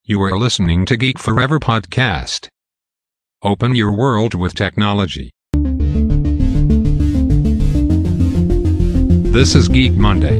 You are listening to Geek Forever podcast. Open your world with technology. This is Geek Monday.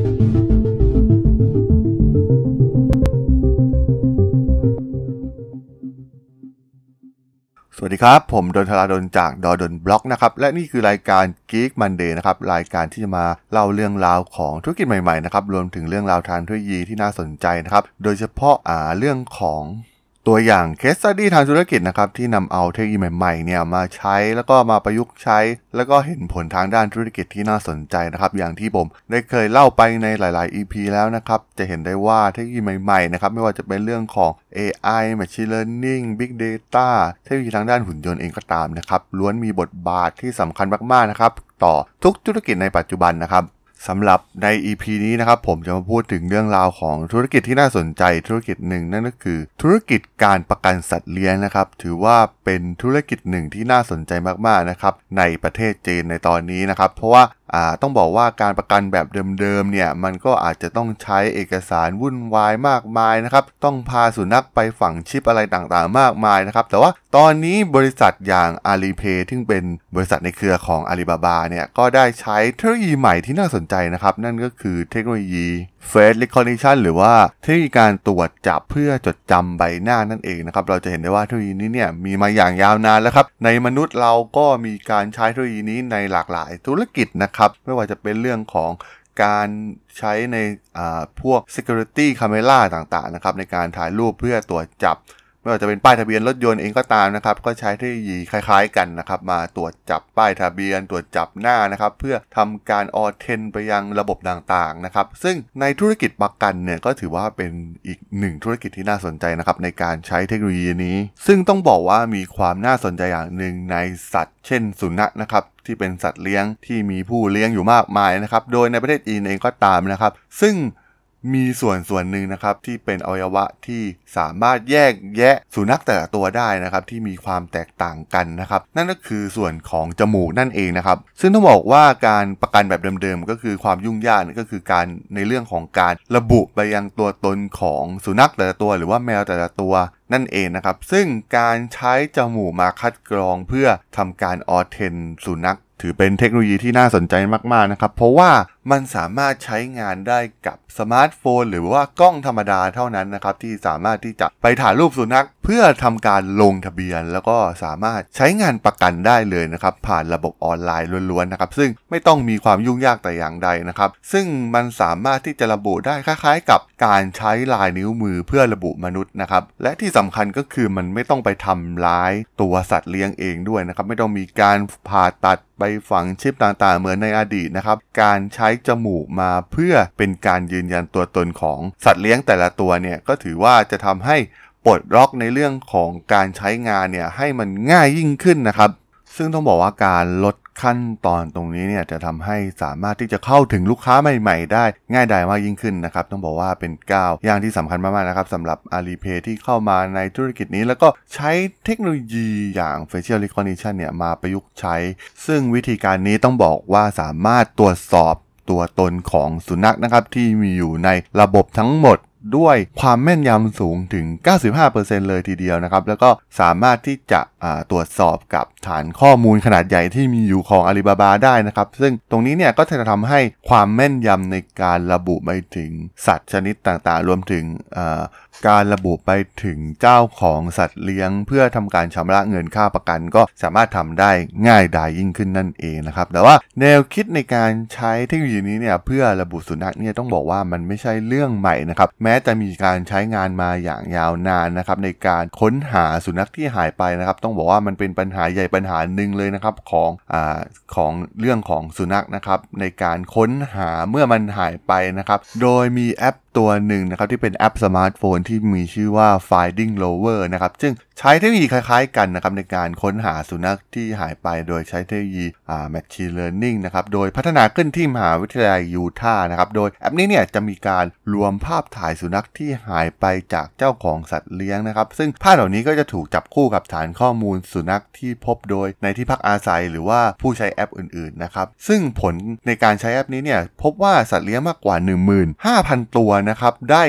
สวัสดีครับผมดนทราดลจากดนบล็อกนะครับและนี่คือรายการ Geek Monday นะครับรายการที่จะมาเล่าเรื่องราวของธุรกิจใหม่ๆนะครับรวมถึงเรื่องราวทางเทคโนโลยีที่น่าสนใจนะครับโดยเฉพาะเรื่องของตัวอย่าง Case Study ทางธุรกิจนะครับที่นำเอาเทคโนโลยีใหม่ๆเนี่ยมาใช้แล้วก็มาประยุกต์ใช้แล้วก็เห็นผลทางด้านธุรกิจที่น่าสนใจนะครับอย่างที่ผมได้เคยเล่าไปในหลายๆ EP แล้วนะครับจะเห็นได้ว่าเทคโนโลยีใหม่ๆนะครับไม่ว่าจะเป็นเรื่องของ AI Machine Learning Big Data เทคโนโลยีทางด้านหุ่นยนต์เองก็ตามนะครับล้วนมีบทบาทที่สำคัญมากๆนะครับต่อทุกธุรกิจในปัจจุบันนะครับสำหรับใน EP นี้นะครับผมจะมาพูดถึงเรื่องราวของธุรกิจที่น่าสนใจธุรกิจหนึ่งนั่นก็คือธุรกิจการประกันสัตว์เลี้ยงนะครับถือว่าเป็นธุรกิจหนึ่งที่น่าสนใจมากๆนะครับในประเทศจีนในตอนนี้นะครับเพราะว่าต้องบอกว่าการประกันแบบเดิมๆเนี่ยมันก็อาจจะต้องใช้เอกสารวุ่นวายมากมายนะครับต้องพาสุนัขไปฝังชิปอะไรต่างๆมากมายนะครับแต่ว่าตอนนี้บริษัทอย่าง Alipay ที่เป็นบริษัทในเครือของ Alibaba เนี่ยก็ได้ใช้เทคโนโลยีใหม่ที่น่าสนใจนะครับนั่นก็คือเทคโนโลยี Face Recognition หรือว่าเทคโนโลยีการตรวจจับเพื่อจดจำใบหน้านั่นเองนะครับเราจะเห็นได้ว่าเทคโนโลยีนี้เนี่ยมีมาอย่างยาวนานแล้วครับในมนุษย์เราก็มีการใช้เทคโนโลยีนี้ในหลากหลายธุรกิจนะครับไม่ว่าจะเป็นเรื่องของการใช้ในพวก security camera ต่างๆนะครับในการถ่ายรูปเพื่อตรวจจับไม่ว่าจะเป็นป้ายทะเบียนรถยนต์เองก็ตามนะครับก็ใช้เทคโนโลยีคล้ายๆกันนะครับมาตรวจจับป้ายทะเบียนตรวจจับหน้านะครับเพื่อทำการออเทนไปยังระบบต่างๆนะครับซึ่งในธุรกิจประกันเนี่ยก็ถือว่าเป็นอีกหนึ่งธุรกิจที่น่าสนใจนะครับในการใช้เทคโนโลยีนี้ซึ่งต้องบอกว่ามีความน่าสนใจอย่างหนึ่งในสัตว์เช่นสุนัขนะครับที่เป็นสัตว์เลี้ยงที่มีผู้เลี้ยงอยู่มากมายนะครับโดยในประเทศจีนเองก็ตามนะครับซึ่งมีส่วนหนึ่งนะครับที่เป็นอวัยวะที่สามารถแยกแยะสุนัขแต่ละตัวได้นะครับที่มีความแตกต่างกันนะครับนั่นก็คือส่วนของจมูกนั่นเองนะครับซึ่งต้องบอกว่าการประกันแบบเดิมๆก็คือความยุ่งยากก็คือการในเรื่องของการระบุไปยังตัวตนของสุนัขแต่ละตัวหรือว่าแมวแต่ละตัวนั่นเองนะครับซึ่งการใช้จมูกมาคัดกรองเพื่อทำการออเทนสุนัขถือเป็นเทคโนโลยีที่น่าสนใจมากๆนะครับเพราะว่ามันสามารถใช้งานได้กับสมาร์ทโฟนหรือว่ากล้องธรรมดาเท่านั้นนะครับที่สามารถที่จะไปถ่ายรูปสุนัขเพื่อทำการลงทะเบียนแล้วก็สามารถใช้งานประกันได้เลยนะครับผ่านระบบออนไลน์ล้วนๆนะครับซึ่งไม่ต้องมีความยุ่งยากแต่อย่างใดนะครับซึ่งมันสามารถที่จะระบุได้คล้ายๆกับการใช้ลายนิ้วมือเพื่อระบุมนุษย์นะครับและที่สำคัญก็คือมันไม่ต้องไปทำร้ายตัวสัตว์เลี้ยงเองด้วยนะครับไม่ต้องมีการผ่าตัดไปฝังชิปต่างๆเหมือนในอดีตนะครับการใช้จมูกมาเพื่อเป็นการยืนยันตัวตนของสัตว์เลี้ยงแต่ละตัวเนี่ยก็ถือว่าจะทำให้ปลดล็อกในเรื่องของการใช้งานเนี่ยให้มันง่ายยิ่งขึ้นนะครับซึ่งต้องบอกว่าการลดขั้นตอนตรงนี้เนี่ยจะทำให้สามารถที่จะเข้าถึงลูกค้าใหม่ๆได้ง่ายดายมากยิ่งขึ้นนะครับต้องบอกว่าเป็นก้าวอย่างที่สำคัญมากๆนะครับสำหรับ Alipay ที่เข้ามาในธุรกิจนี้แล้วก็ใช้เทคโนโลยีอย่าง Facial Recognition เนี่ยมาประยุกต์ใช้ซึ่งวิธีการนี้ต้องบอกว่าสามารถตรวจสอบตัวตนของสุนัขนะครับที่มีอยู่ในระบบทั้งหมดด้วยความแม่นยำสูงถึง 95% เลยทีเดียวนะครับแล้วก็สามารถที่จะตรวจสอบกับฐานข้อมูลขนาดใหญ่ที่มีอยู่ของ Alibaba ได้นะครับซึ่งตรงนี้เนี่ยก็จะทำให้ความแม่นยำในการระบุไปถึงสัตว์ชนิดต่างๆรวมถึงการระบุไปถึงเจ้าของสัตว์เลี้ยงเพื่อทำการชำระเงินค่าประกันก็สามารถทำได้ง่ายดายยิ่งขึ้นนั่นเองนะครับแต่ว่าแนวคิดในการใช้เทคโนโลยีนี้เนี่ยเพื่อระบุสุนัขเนี่ยต้องบอกว่ามันไม่ใช่เรื่องใหม่นะครับแม้จะมีการใช้งานมาอย่างยาวนานนะครับในการค้นหาสุนัขที่หายไปนะครับต้องบอกว่ามันเป็นปัญหาใหญ่ปัญหาหนึ่งเลยนะครับของเรื่องของสุนัขนะครับในการค้นหาเมื่อมันหายไปนะครับโดยมีแอปตัวหนึ่งนะครับที่เป็นแอปสมาร์ทโฟนที่มีชื่อว่า Finding Rover นะครับซึ่งใช้เทคโนโลยีคล้ายๆกันนะครับในการค้นหาสุนัขที่หายไปโดยใช้เทคโนโลยีMachine Learning นะครับโดยพัฒนาขึ้นที่มหาวิทยาลัยยูทาห์นะครับโดยแอปนี้เนี่ยจะมีการรวมภาพถ่ายสุนัขที่หายไปจากเจ้าของสัตว์เลี้ยงนะครับซึ่งภาพเหล่านี้ก็จะถูกจับคู่กับฐานข้อมูลสุนัขที่พบโดยในที่พักอาศัยหรือว่าผู้ใช้แอปอื่นๆนะครับซึ่งผลในการใช้แอปนี้เนี่ยพบว่าสัตว์เลี้ยงมากกว่า 15,000 ตัวนะครับได้กลับ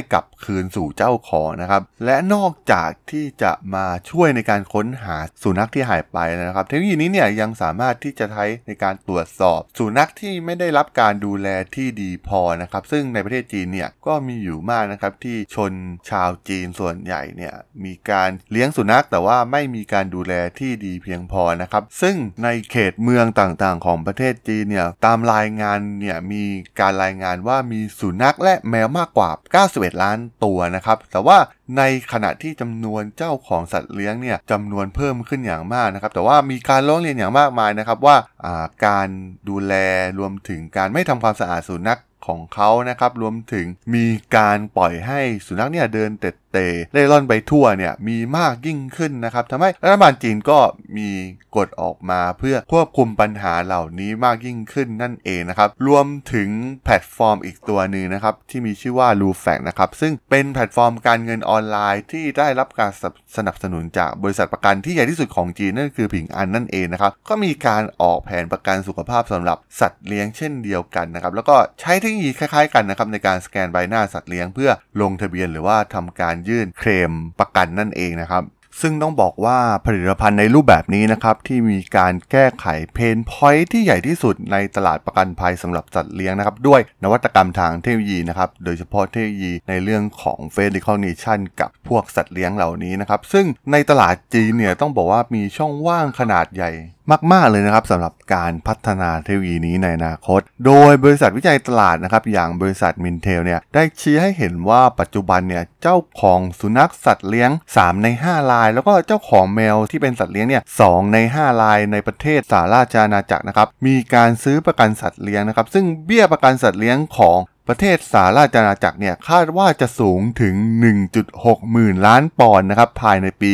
คืนสู่เจ้าของนะครับและนอกจากที่จะมาช่วยในการค้นหาสุนัขที่หายไปนะครับเทคโนโลยีนี้เนี่ยยังสามารถที่จะใช้ในการตรวจสอบสุนัขที่ไม่ได้รับการดูแลที่ดีพอนะครับซึ่งในประเทศจีนเนี่ยก็มีอยู่มากนะครับที่ชนชาวจีนส่วนใหญ่เนี่ยมีการเลี้ยงสุนัขแต่ว่าไม่มีการดูแลที่ดีเพียงพอนะครับซึ่งในเขตเมืองต่างๆของประเทศจีนเนี่ยตามรายงานเนี่ยมีการรายงานว่ามีสุนัขและแมวมากกว่า91ล้านตัวนะครับแต่ว่าในขณะที่จำนวนเจ้าของสัตว์เลี้ยงเนี่ยจำนวนเพิ่มขึ้นอย่างมากนะครับแต่ว่ามีการร้องเรียนอย่างมากมายนะครับว่าการดูแลรวมถึงการไม่ทำความสะอาดสุนัขของเขานะครับรวมถึงมีการปล่อยให้สุนัขเนี่ยเดินเล่ร่อนไปทั่วเนี่ยมีมากยิ่งขึ้นนะครับทำให้รัฐบาลจีนก็มีกฎออกมาเพื่อควบคุมปัญหาเหล่านี้มากยิ่งขึ้นนั่นเองนะครับรวมถึงแพลตฟอร์มอีกตัวนึงนะครับที่มีชื่อว่า Lufax นะครับซึ่งเป็นแพลตฟอร์มการเงินออนไลน์ที่ได้รับการสนับสนุนจากบริษัทประกันที่ใหญ่ที่สุดของจีนนั่นคือผิงอันนั่นเองนะครับก็มีการออกแผนประกันสุขภาพสำหรับสัตว์เลี้ยงเช่นเดียวกันนะครับแล้วก็ใช้เทคโนโลยีคล้ายๆกันนะครับในการสแกนใบหน้าสัตว์เลี้ยงเพื่อลงทะเบียนหรือว่าทำการยื่นเคลมประกันนั่นเองนะครับซึ่งต้องบอกว่าผลิตภัณฑ์ในรูปแบบนี้นะครับที่มีการแก้ไขเพนพอยท์ที่ใหญ่ที่สุดในตลาดประกันภัยสำหรับสัตว์เลี้ยงนะครับด้วยนวัตกรรมทางเทคโนโลยีนะครับโดยเฉพาะเทคโนโลยีในเรื่องของ Face Recognition กับพวกสัตว์เลี้ยงเหล่านี้นะครับซึ่งในตลาดจีนเนี่ยต้องบอกว่ามีช่องว่างขนาดใหญ่มากๆเลยนะครับสำหรับการพัฒนาเทคโนโลยีนี้ในอนาคตโดยบริษัทวิจัยตลาดนะครับอย่างบริษัทมินเทลเนี่ยได้ชี้ให้เห็นว่าปัจจุบันเนี่ยเจ้าของสุนัขสัตว์เลี้ยง3ใน5รายแล้วก็เจ้าของแมวที่เป็นสัตว์เลี้ยงเนี่ย2ใน5รายในประเทศสหราชอาณาจักรนะครับมีการซื้อประกันสัตว์เลี้ยงนะครับซึ่งเบี้ยประกันสัตว์เลี้ยงของประเทศสหราชอาณาจักรเนี่ยคาดว่าจะสูงถึง 1.6 หมื่นล้านปอนด์นะครับภายในปี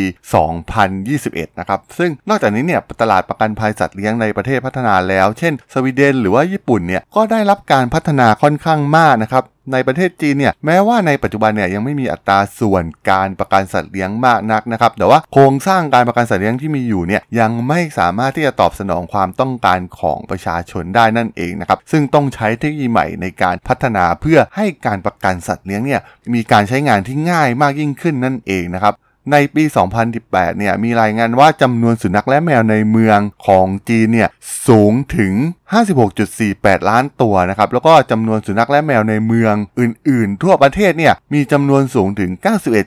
2021 นะครับซึ่งนอกจากนี้เนี่ยตลาดประกันภัยสัตว์เลี้ยงในประเทศพัฒนาแล้วเช่นสวีเดนหรือว่าญี่ปุ่นเนี่ยก็ได้รับการพัฒนาค่อนข้างมากนะครับในประเทศจีนเนี่ยแม้ว่าในปัจจุบันเนี่ยยังไม่มีอัตราส่วนการประกันสัตว์เลี้ยงมากนักนะครับแต่ว่าโครงสร้างการประกันสัตว์เลี้ยงที่มีอยู่เนี่ยยังไม่สามารถที่จะตอบสนองความต้องการของประชาชนได้นั่นเองนะครับซึ่งต้องใช้เทคโนโลยีใหม่ในการพัฒนาเพื่อให้การประกันสัตว์เลี้ยงเนี่ยมีการใช้งานที่ง่ายมากยิ่งขึ้นนั่นเองนะครับในปี 2018 เนี่ยมีรายงานว่าจำนวนสุนัขและแมวในเมืองของจีนเนี่ยสูงถึง 56.48 ล้านตัวนะครับแล้วก็จำนวนสุนัขและแมวในเมืองอื่นๆทั่วประเทศเนี่ยมีจำนวนสูงถึง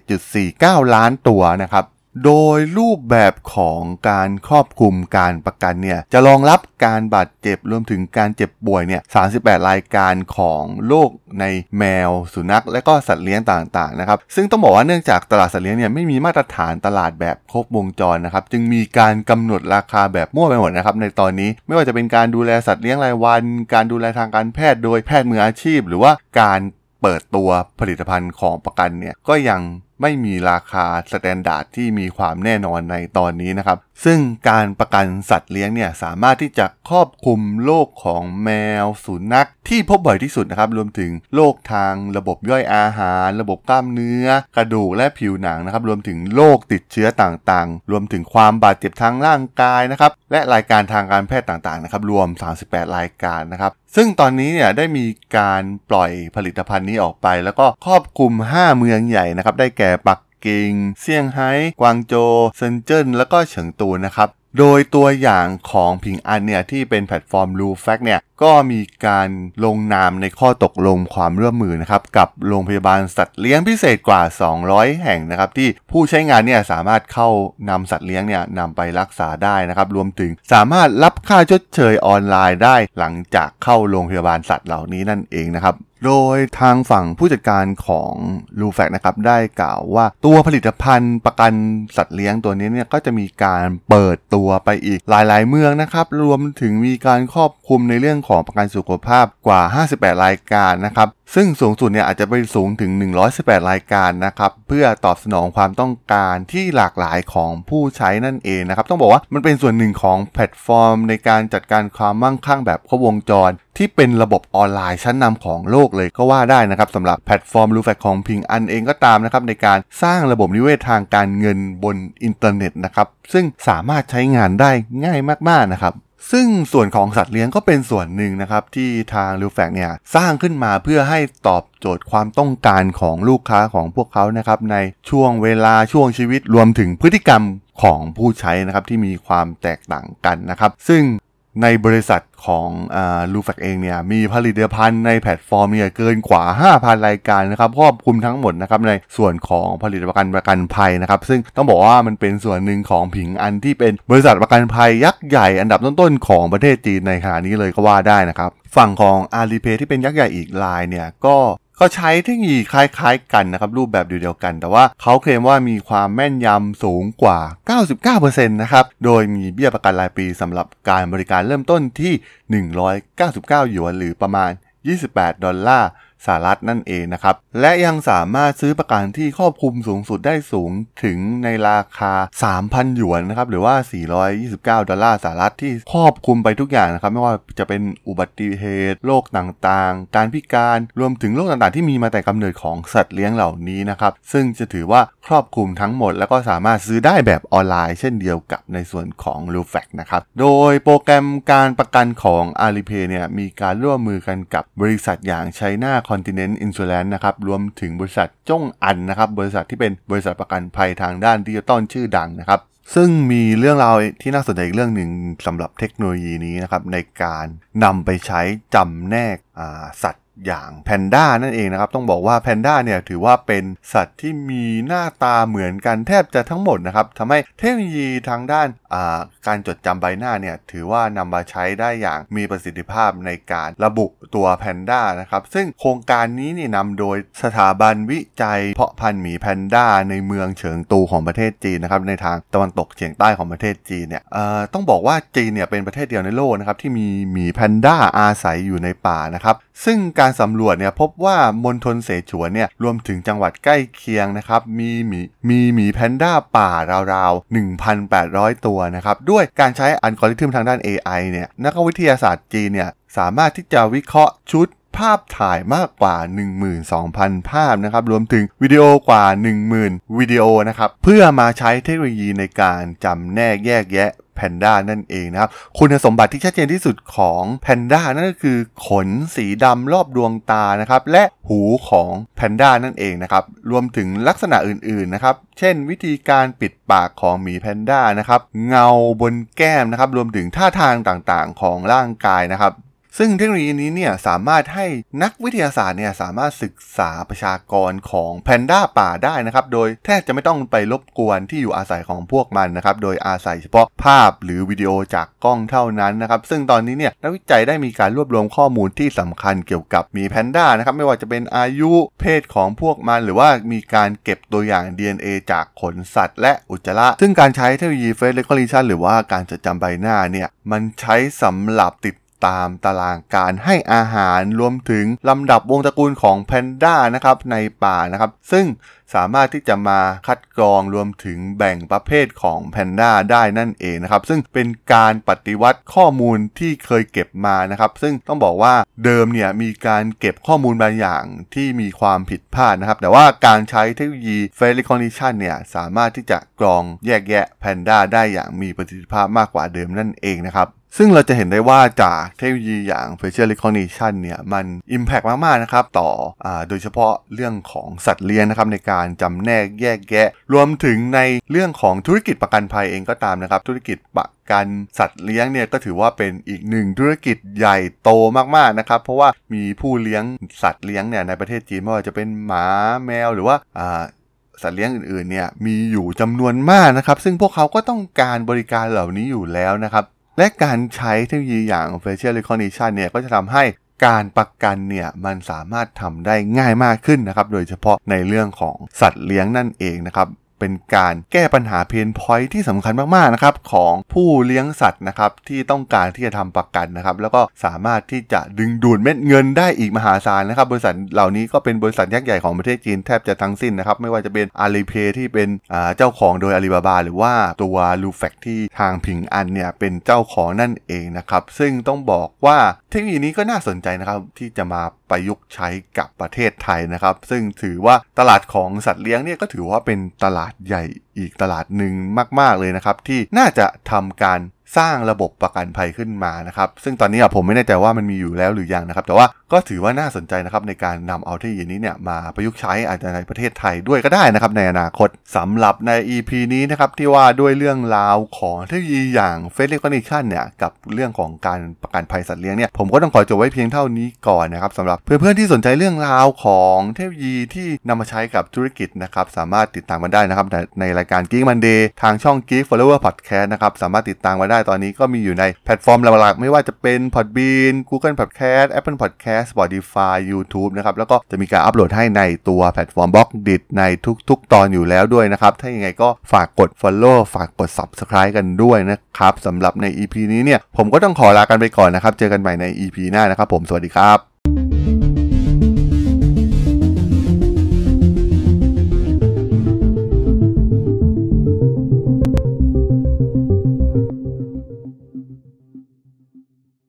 91.49 ล้านตัวนะครับโดยรูปแบบของการครอบคลุมการประกันเนี่ยจะรองรับการบาดเจ็บรวมถึงการเจ็บป่วยเนี่ย38รายการของโรคในแมวสุนัขและก็สัตว์เลี้ยงต่างๆนะครับซึ่งต้องบอกว่าเนื่องจากตลาดสัตว์เลี้ยงเนี่ยไม่มีมาตรฐานตลาดแบบครบวงจรนะครับจึงมีการกำหนดราคาแบบมั่วไปหมดนะครับในตอนนี้ไม่ว่าจะเป็นการดูแลสัตว์เลี้ยงรายวันการดูแลทางการแพทย์โดยแพทย์มืออาชีพหรือว่าการเปิดตัวผลิตภัณฑ์ของประกันเนี่ยก็ยังไม่มีราคาสแตนดาร์ดที่มีความแน่นอนในตอนนี้นะครับซึ่งการประกันสัตว์เลี้ยงเนี่ยสามารถที่จะครอบคลุมโรคของแมวสุนัขที่พบบ่อยที่สุดนะครับรวมถึงโรคทางระบบย่อยอาหารระบบกล้ามเนื้อกระดูกและผิวหนังนะครับรวมถึงโรคติดเชื้อต่างๆรวมถึงความบาดเจ็บทางร่างกายนะครับและรายการทางการแพทย์ต่างๆนะครับรวม38รายการนะครับซึ่งตอนนี้เนี่ยได้มีการปล่อยผลิตภัณฑ์นี้ออกไปแล้วก็ครอบคลุม5เมืองใหญ่นะครับได้แก่ปักกิ่งเซี่ยงไฮ้กวางโจวเซินเจิ้นแล้วก็เฉิงตูนะครับโดยตัวอย่างของผิงอันเนี่ยที่เป็นแพลตฟอร์ม Lufax เนี่ยก็มีการลงนามในข้อตกลงความร่วมมือนะครับกับโรงพยาบาลสัตว์เลี้ยงพิเศษกว่า200แห่งนะครับที่ผู้ใช้งานเนี่ยสามารถเข้านำสัตว์เลี้ยงเนี่ยนำไปรักษาได้นะครับรวมถึงสามารถรับค่าชดเชยออนไลน์ได้หลังจากเข้าโรงพยาบาลสัตว์เหล่านี้นั่นเองนะครับโดยทางฝั่งผู้จัดการของ Lufax นะครับได้กล่าวว่าตัวผลิตภัณฑ์ประกันสัตว์เลี้ยงตัวนี้เนี่ยก็จะมีการเปิดตัวไปอีกหลายๆเมืองนะครับรวมถึงมีการครอบคลุมในเรื่องของประกันสุขภาพกว่า58รายการนะครับซึ่งสูงสุดเนี่ยอาจจะไปสูงถึง118รายการนะครับเพื่อตอบสนองความต้องการที่หลากหลายของผู้ใช้นั่นเองนะครับต้องบอกว่ามันเป็นส่วนหนึ่งของแพลตฟอร์มในการจัดการความมั่งคั่งแบบครบวงจรที่เป็นระบบออนไลน์ชั้นนำของโลกเลยก็ว่าได้นะครับสำหรับแพลตฟอร์ม Lufax ของผิงอันเองก็ตามนะครับในการสร้างระบบนิเวศทางการเงินบนอินเทอร์เน็ตนะครับซึ่งสามารถใช้งานได้ง่ายมากๆนะครับซึ่งส่วนของสัตว์เลี้ยงก็เป็นส่วนหนึ่งนะครับที่ทาง Lufax เนี่ยสร้างขึ้นมาเพื่อให้ตอบโจทย์ความต้องการของลูกค้าของพวกเขานะครับในช่วงเวลาช่วงชีวิตรวมถึงพฤติกรรมของผู้ใช้นะครับที่มีความแตกต่างกันนะครับซึ่งในบริษัทของLufax เองเนี่ยมีผลิตภัณฑ์ในแพลตฟอร์มเนี่ยเกินกว่า 5,000 รายการนะครับครอบคลุมทั้งหมดนะครับในส่วนของผลิตภัณฑ์ประกันภัยนะครับซึ่งต้องบอกว่ามันเป็นส่วนหนึ่งของผิงอันที่เป็นบริษัทประกันภัยยักษ์ใหญ่อันดับต้นๆของประเทศจีนในขณะนี้เลยก็ว่าได้นะครับฝั่งของ Alipay ที่เป็นยักษ์ใหญ่อีกรายเนี่ยก็ใช้เทคโนโลยีคล้ายๆกันนะครับรูปแบบเดียวกันแต่ว่าเขาเคลมว่ามีความแม่นยำสูงกว่า 99% นะครับโดยมีเบี้ยประกันรายปีสำหรับการบริการเริ่มต้นที่199หยวนหรือประมาณ$28สหรัฐนั่นเองนะครับและยังสามารถซื้อประกันที่ครอบคลุมสูงสุดได้สูงถึงในราคา 3,000 หยวนนะครับหรือว่า$429สหรัฐที่ครอบคลุมไปทุกอย่างนะครับไม่ว่าจะเป็นอุบัติเหตุโรคต่างๆการพิการรวมถึงโรคต่างๆที่มีมาแต่กำเนิดของสัตว์เลี้ยงเหล่านี้นะครับซึ่งจะถือว่าครอบคลุมทั้งหมดแล้วก็สามารถซื้อได้แบบออนไลน์เช่นเดียวกับในส่วนของ Lufax นะครับโดยโปรแกรมการประกันของ Alipay เนี่ยมีการร่วมมือกันกับบริษัทอย่าง China Continent Insurance นะครับรวมถึงบริษัทจ้งอันนะครับบริษัทที่เป็นบริษัทประกันภัยทางด้านดิจิตอลชื่อดังนะครับซึ่งมีเรื่องราวที่น่าสนใจอีกเรื่องหนึ่งสำหรับเทคโนโลยีนี้นะครับในการนำไปใช้จำแนกสัตว์อย่างแพนด้านั่นเองนะครับต้องบอกว่าแพนด้าเนี่ยถือว่าเป็นสัตว์ที่มีหน้าตาเหมือนกันแทบจะทั้งหมดนะครับทำให้เทคโนโลยีทางด้านการจดจำใบหน้าเนี่ยถือว่านำมาใช้ได้อย่างมีประสิทธิภาพในการระบุตัวแพนด้านะครับซึ่งโครงการนี้นี่นำโดยสถาบันวิจัยเพาะพันธุ์หมีแพนด้าในเมืองเฉิงตูของประเทศจีนนะครับในทางตะวันตกเฉียงใต้ของประเทศจีนเนี่ยต้องบอกว่าจีนเนี่ยเป็นประเทศเดียวในโลกนะครับที่มีหมีแพนด้าอาศัยอยู่ในป่านะครับซึ่งการสำรวจเนี่ยพบว่ามณฑลเสฉวนเนี่ยรวมถึงจังหวัดใกล้เคียงนะครับมีหมีแพนด้าป่าราวๆ 1,800 ตัวนะครับด้วยการใช้อัลกอริทึมทางด้าน AI เนี่ยนักวิทยาศาสตร์จีนเนี่ยสามารถที่จะวิเคราะห์ชุดภาพถ่ายมากกว่า 12,000 ภาพนะครับรวมถึงวิดีโอกว่า 10,000 วิดีโอนะครับเพื่อมาใช้เทคโนโลยีในการจำแนกแยกแยะแพนด้านั่นเองนะครับคุณสมบัติที่ชัดเจนที่สุดของแพนด้านั่นก็คือขนสีดำรอบดวงตานะครับและหูของแพนด้านั่นเองนะครับรวมถึงลักษณะอื่นๆนะครับเช่นวิธีการปิดปากของหมีแพนด้านะครับเงาบนแก้มนะครับรวมถึงท่าทางต่างๆของร่างกายนะครับซึ่งเทคโนโลยีนี้เนี่ยสามารถให้นักวิทยาศาสตร์เนี่ยสามารถศึกษาประชากรของแพนด้าป่าได้นะครับโดยแทบจะไม่ต้องไปรบกวนที่อยู่อาศัยของพวกมันนะครับโดยอาศัยเฉพาะภาพหรือวิดีโอจากกล้องเท่านั้นนะครับซึ่งตอนนี้เนี่ยนักวิจัยได้มีการรวบรวมข้อมูลที่สำคัญเกี่ยวกับหมีแพนด้านะครับไม่ว่าจะเป็นอายุเพศของพวกมันหรือว่ามีการเก็บตัวอย่าง DNA จากขนสัตว์และอุจจาระซึ่งการใช้เทคโนโลยี Face Recognition หรือว่าการจดจำใบหน้าเนี่ยมันใช้สำหรับติดตามตารางการให้อาหารรวมถึงลำดับวงตระกูลของแพนด้านะครับในป่านะครับซึ่งสามารถที่จะมาคัดกรองรวมถึงแบ่งประเภทของแพนด้าได้นั่นเองนะครับซึ่งเป็นการปฏิวัติข้อมูลที่เคยเก็บมานะครับซึ่งต้องบอกว่าเดิมเนี่ยมีการเก็บข้อมูลบางอย่างที่มีความผิดพลาดนะครับแต่ว่าการใช้เทคโนโลยี Face Recognition เนี่ยสามารถที่จะกรองแยกแยะแพนด้าได้อย่างมีประสิทธิภาพมากกว่าเดิมนั่นเองนะครับซึ่งเราจะเห็นได้ว่าจากเทคโนโลยีอย่าง Facial Recognition เนี่ยมัน Impact มากๆนะครับต่อโดยเฉพาะเรื่องของสัตว์เลี้ยงนะครับในการจำแนกแยกแยะรวมถึงในเรื่องของธุรกิจประกันภัยเองก็ตามนะครับธุรกิจประกันสัตว์เลี้ยงเนี่ยก็ถือว่าเป็นอีกหนึ่งธุรกิจใหญ่โตมากๆนะครับเพราะว่ามีผู้เลี้ยงสัตว์เลี้ยงเนี่ยในประเทศจีนไม่ว่าจะเป็นหมาแมวหรือว่าสัตว์เลี้ยงอื่นๆเนี่ยมีอยู่จำนวนมากนะครับซึ่งพวกเขาก็ต้องการบริการเหล่านี้อยู่แล้วนะครับและการใช้เทคโนโลยีอย่าง Facial Recognition เนี่ยก็จะทำให้การประกันเนี่ยมันสามารถทำได้ง่ายมากขึ้นนะครับโดยเฉพาะในเรื่องของสัตว์เลี้ยงนั่นเองนะครับเป็นการแก้ปัญหาเพนพอยท์ที่สำคัญมากๆนะครับของผู้เลี้ยงสัตว์นะครับที่ต้องการที่จะทำประกันนะครับแล้วก็สามารถที่จะดึงดูดเม็ดเงินได้อีกมหาศาลนะครับบริษัทเหล่านี้ก็เป็นบริษัทยักษ์ใหญ่ของประเทศจีนแทบจะทั้งสิ้นนะครับไม่ว่าจะเป็น Alipay ที่เป็นเจ้าของโดย Alibaba หรือว่าตัว Lufax ที่ทางผิงอันเนี่ยเป็นเจ้าของนั่นเองนะครับซึ่งต้องบอกว่าเทคโนโลยีนี้ก็น่าสนใจนะครับที่จะมาประยุกต์ใช้กับประเทศไทยนะครับซึ่งถือว่าตลาดของสัตว์เลี้ยงเนี่ยก็ถือว่าเป็นตลาดใหญ่อีกตลาดหนึ่งมากๆเลยนะครับที่น่าจะทำการสร้างระบบประกันภัยขึ้นมานะครับซึ่งตอนนี้ผมไม่แน่ใจว่ามันมีอยู่แล้วหรือยังนะครับแต่ว่าก็ถือว่าน่าสนใจนะครับในการนำเอาเทคโนโลยีนี้เนี่ยมาประยุกต์ใช้อาจจะในประเทศไทยด้วยก็ได้นะครับในอนาคตสำหรับใน EP นี้นะครับที่ว่าด้วยเรื่องราวของเทคโนโลยีอย่าง Face Recognition เนี่ยกับเรื่องของการประกันภัยสัตว์เลี้ยงเนี่ยผมก็ต้องขอจบไว้เพียงเท่านี้ก่อนนะครับสำหรับเพื่อนๆที่สนใจเรื่องราวของเทคโนโลยีที่นำมาใช้กับธุรกิจนะครับสามารถติดตามกันได้นะครับในรายการ Geek Monday ทางช่อง Geek Forever Podcast นะครับสามารถติดตามมาได้ตอนนี้ก็มีอยู่ในแพลตฟอร์มหลักๆไม่ว่าจะเป็น Podbean Google Podcast Apple Podcast Spotify YouTube นะครับแล้วก็จะมีการอัปโหลดให้ในตัวแพลตฟอร์ม Blogdit ในทุกๆตอนอยู่แล้วด้วยนะครับถ้ายังไงก็ฝากกด Follow ฝากกด Subscribe กันด้วยนะครับสำหรับใน EP นี้เนี่ยผมก็ต้องขอลากันไปก่อนนะครับเจอกันใหม่ใน EP หน้านะครับผมสวัสดีครับ